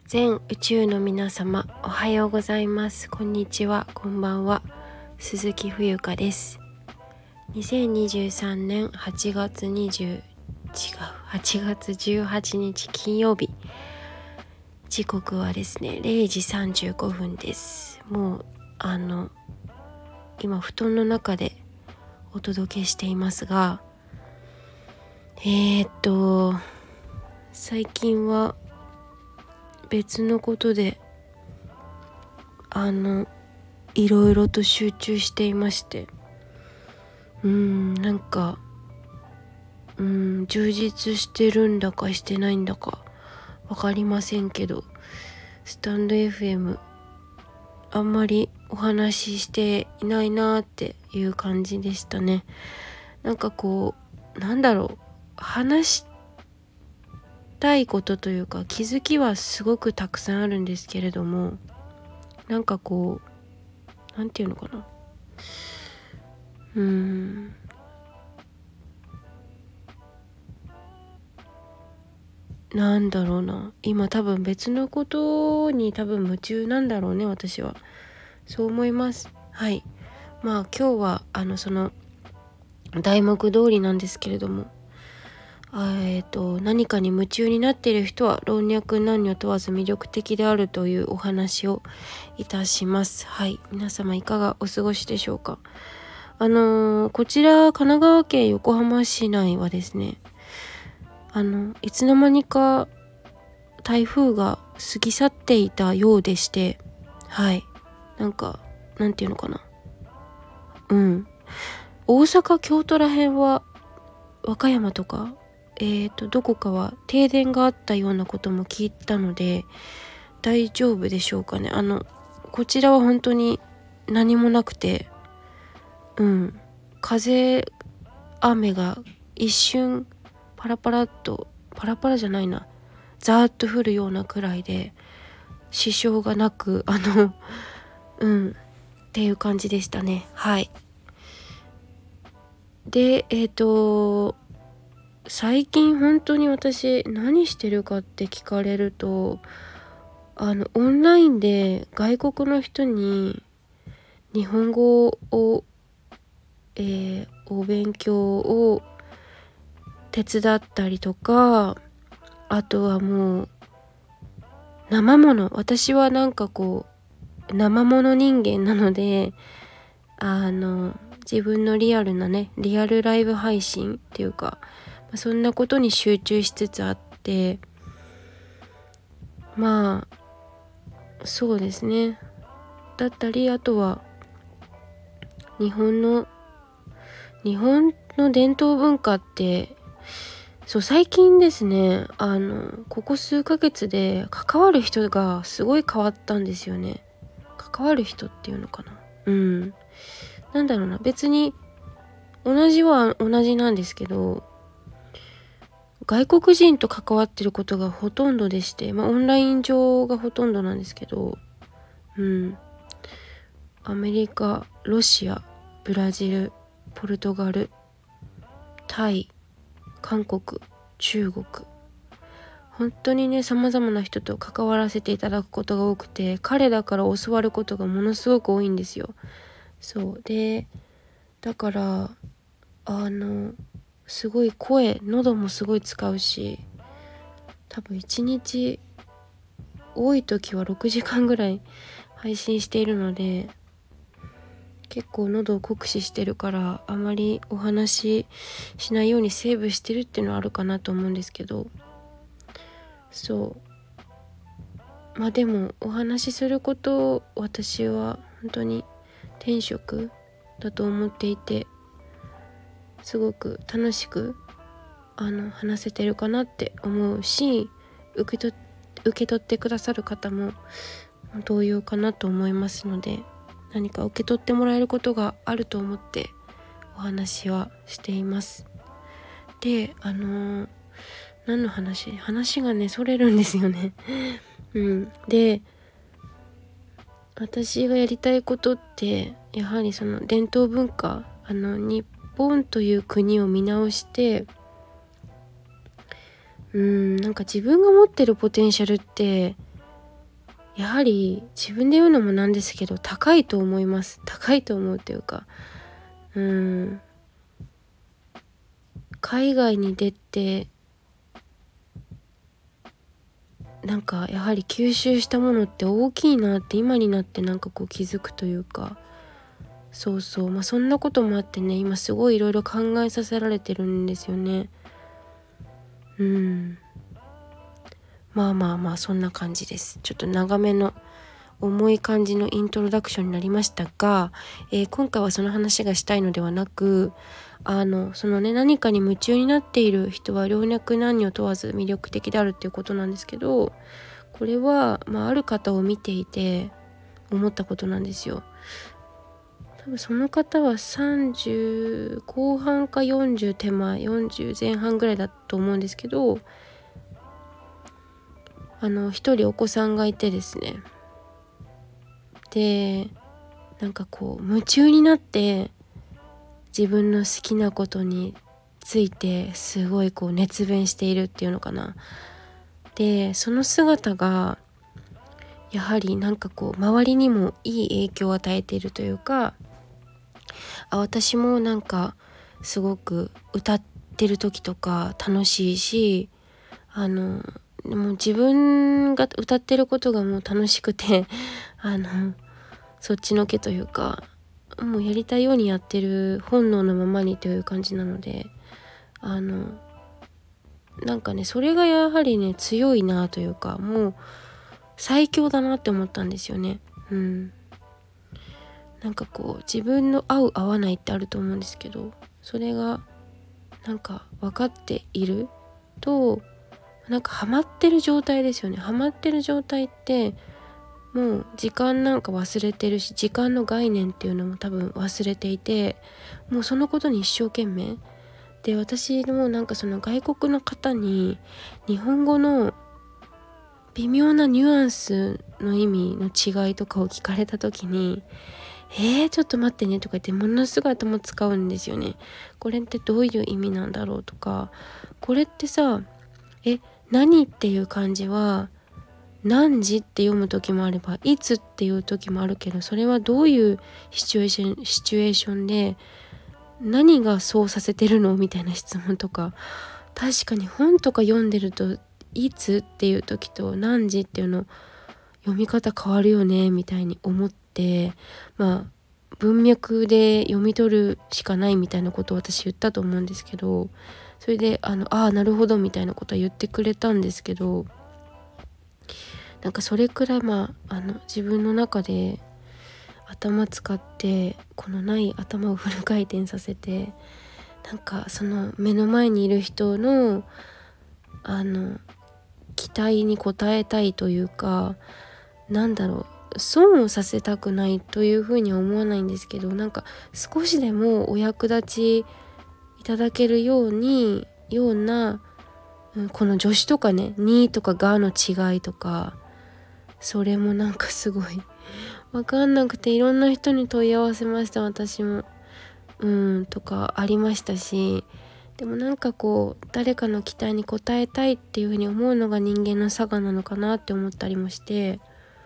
全宇宙の皆様、おはようございます。こんにちは、こんばんは。鈴木冬香です。2023年8月18日金曜日。時刻はですね、0時35分です。もう今布団の中でお届けしていますが、最近は別のことでいろいろと集中していまして、なんか充実してるんだかしてないんだかわかりませんけど、スタンド FM あんまりお話ししていないなっていう感じでしたね。なんか話したいことというか気づきはすごくたくさんあるんですけれども、なんていうのかな、なんだろうな、今多分別のことに夢中なんだろうね、私はそう思います。はい。今日はその題目通りなんですけれども、何かに夢中になっている人は老若男女問わず魅力的であるというお話をいたします。はい。皆様いかがお過ごしでしょうか。こちら神奈川県横浜市内はですね、いつの間にか台風が過ぎ去っていたようでして、はい。なんていうのかな。大阪、京都ら辺は、和歌山とか、どこかは停電があったようなことも聞いたので、大丈夫でしょうかね。こちらは本当に何もなくて、風、雨が一瞬パラパラじゃないな、ザーッと降るようなくらいで、支障がなく、っていう感じでしたね。はい。で、最近本当に私何してるかって聞かれると、オンラインで外国の人に日本語を、お勉強を手伝ったりとか、あとはもう生もの、私は生もの人間なので、自分のリアルライブ配信っていうか、そんなことに集中しつつあって、そうですね。だったり、あとは日本の伝統文化って、最近ですね、ここ数ヶ月で関わる人がすごい変わったんですよね。関わる人っていうのかな。なんだろうな、別に同じは同じなんですけど、外国人と関わってることがほとんどでして、オンライン上がほとんどなんですけど、アメリカ、ロシア、ブラジル、ポルトガル、タイ、韓国、中国、本当にね、様々な人と関わらせていただくことが多くて、彼らから教わることがものすごく多いんですよ。そうで、だからすごい喉もすごい使うし、多分1日多い時は6時間ぐらい配信しているので、結構喉を酷使してるから、あまりお話ししないようにセーブしてるっていうのはあるかなと思うんですけど、でもお話しすることを私は本当に天職だと思っていて、すごく楽しく話せてるかなって思うし、受け取ってくださる方も同様かなと思いますので、何か受け取ってもらえることがあると思ってお話はしています。で、何の話がね、それるんですよね。で、私がやりたいことって、やはりその伝統文化、日本という国を見直して、自分が持ってるポテンシャルってやはり自分で言うのもなんですけど高いと思います。高いと思うというか、海外に出てなんかやはり吸収したものって大きいなって今になってなんかこう気づくというか、そうそう、そんなこともあってね、今すごいいろいろ考えさせられてるんですよね。まあそんな感じです。ちょっと長めの重い感じのイントロダクションになりましたが、今回はその話がしたいのではなく、そのね、何かに夢中になっている人は老若男女問わず魅力的であるっていうことなんですけど、これは、ある方を見ていて思ったことなんですよ。多分その方は30後半か40手前、40前半ぐらいだと思うんですけど、一人お子さんがいてですね、でなんかこう夢中になって自分の好きなことについてすごいこう熱弁しているっていうのかな。でその姿がやはりなんかこう周りにもいい影響を与えているというか、私もなんかすごく歌ってる時とか楽しいし、でも自分が歌ってることがもう楽しくてそっちのけというか、もうやりたいようにやってる本能のままにという感じなので、なんかねそれがやはりね強いなというか、もう最強だなって思ったんですよね。なんかこう自分の合う合わないってあると思うんですけど、それがなんか分かっているとなんかハマってる状態ですよね。ハマってる状態ってもう時間なんか忘れてるし、時間の概念っていうのも多分忘れていて、もうそのことに一生懸命で、私もなんかその外国の方に日本語の微妙なニュアンスの意味の違いとかを聞かれた時にちょっと待ってねとか言ってものすごい頭使うんですよね。これってどういう意味なんだろうとか、これってさ何っていう漢字は何時って読む時もあればいつっていう時もあるけど、それはどういうシチュエーションで何がそうさせてるのみたいな質問とか、確かに本とか読んでるといつっていう時と何時っていうの読み方変わるよねみたいに思って、文脈で読み取るしかないみたいなことを私言ったと思うんですけど、それでなるほどみたいなことは言ってくれたんですけど、なんかそれくらい自分の中で頭使ってこのない頭をフル回転させて、なんかその目の前にいる人の期待に応えたいというか、なんだろう、損をさせたくないというふうには思わないんですけど、なんか少しでもお役立ちいただけるような、この助詞とかね、にとかがの違いとか、それもなんかすごいわかんなくて、いろんな人に問い合わせました。私もとかありましたし、でもなんかこう誰かの期待に応えたいっていうふうに思うのが人間の差がなのかなって思ったりもして、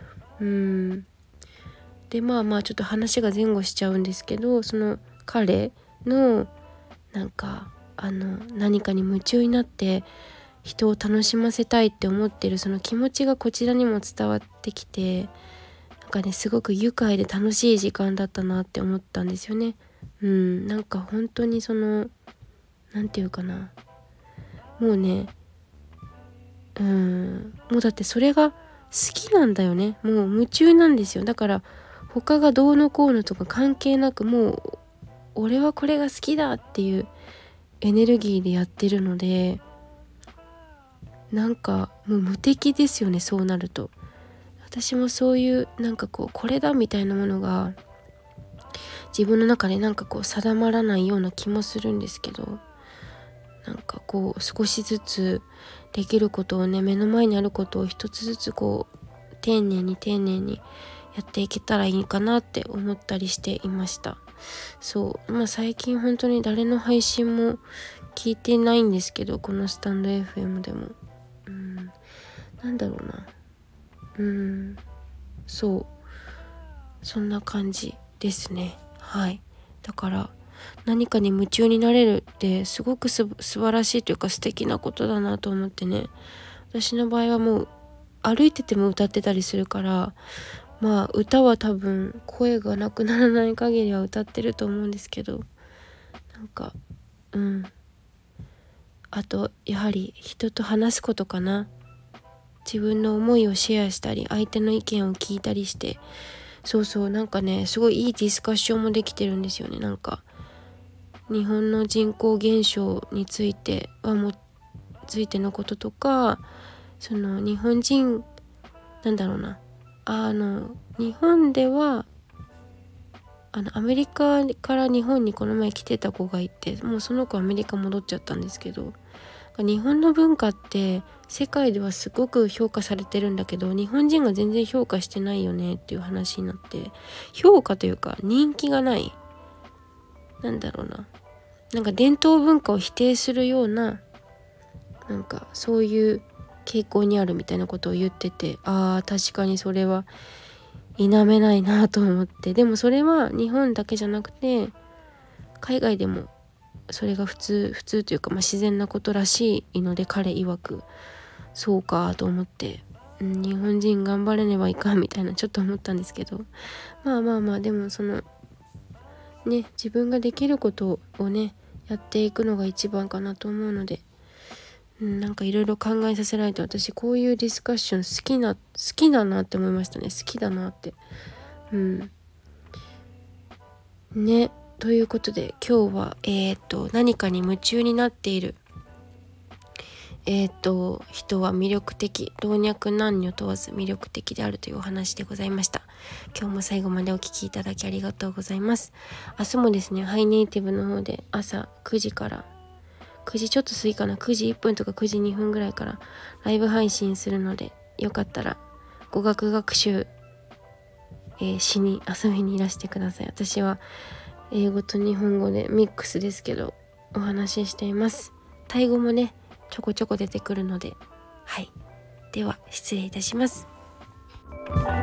でちょっと話が前後しちゃうんですけど、その彼のなんか何かに夢中になって人を楽しませたいって思ってるその気持ちがこちらにも伝わってきて、なんかねすごく愉快で楽しい時間だったなって思ったんですよね。なんか本当にそのなんていうかな、もうねもうだってそれが好きなんだよね。もう夢中なんですよ。だから他がどうのこうのとか関係なく、もう俺はこれが好きだっていうエネルギーでやってるので、なんかもう無敵ですよね。そうなると私もそういうなんかこうこれだみたいなものが自分の中でなんかこう定まらないような気もするんですけど、なんかこう少しずつできることをね、目の前にあることを一つずつこう丁寧にやっていけたらいいかなって思ったりしていました。そう、最近本当に誰の配信も聞いてないんですけど、このスタンド FM でもなんだろうな、 そんな感じですね。はい。だから何かに夢中になれるってすごく素晴らしいというか素敵なことだなと思ってね。私の場合はもう歩いてても歌ってたりするから、まあ歌は多分声がなくならない限りは歌ってると思うんですけど、なんかあとやはり人と話すことかな。自分の思いをシェアしたり相手の意見を聞いたりして、なんかねすごいいいディスカッションもできてるんですよね。なんか日本の人口減少についてのこととか、その日本人日本ではアメリカから日本にこの前来てた子がいて、もうその子アメリカ戻っちゃったんですけど、日本の文化って世界ではすごく評価されてるんだけど、日本人が全然評価してないよねっていう話になって、評価というか人気がない、なんか伝統文化を否定するような、なんかそういう傾向にあるみたいなことを言ってて、確かにそれは否めないなと思って。でもそれは日本だけじゃなくて海外でもそれが普通というか、自然なことらしいので、彼曰くそうかと思って、日本人頑張れねばいかんみたいなちょっと思ったんですけど、まあでも自分ができることをねやっていくのが一番かなと思うので、なんかいろいろ考えさせられて、私こういうディスカッション好きだなって思いましたね。好きだなってね。ということで今日は何かに夢中になっている人は魅力的、老若男女問わず魅力的であるというお話でございました。今日も最後までお聞きいただきありがとうございます。明日もですね、ハイネイティブの方で朝9時から9時ちょっと過ぎかな、9時1分とか9時2分ぐらいからライブ配信するので、よかったら語学学習、しに遊びにいらしてください。私は英語と日本語でミックスですけどお話ししています。タイ語もねちょこちょこ出てくるので、はい。では失礼いたします。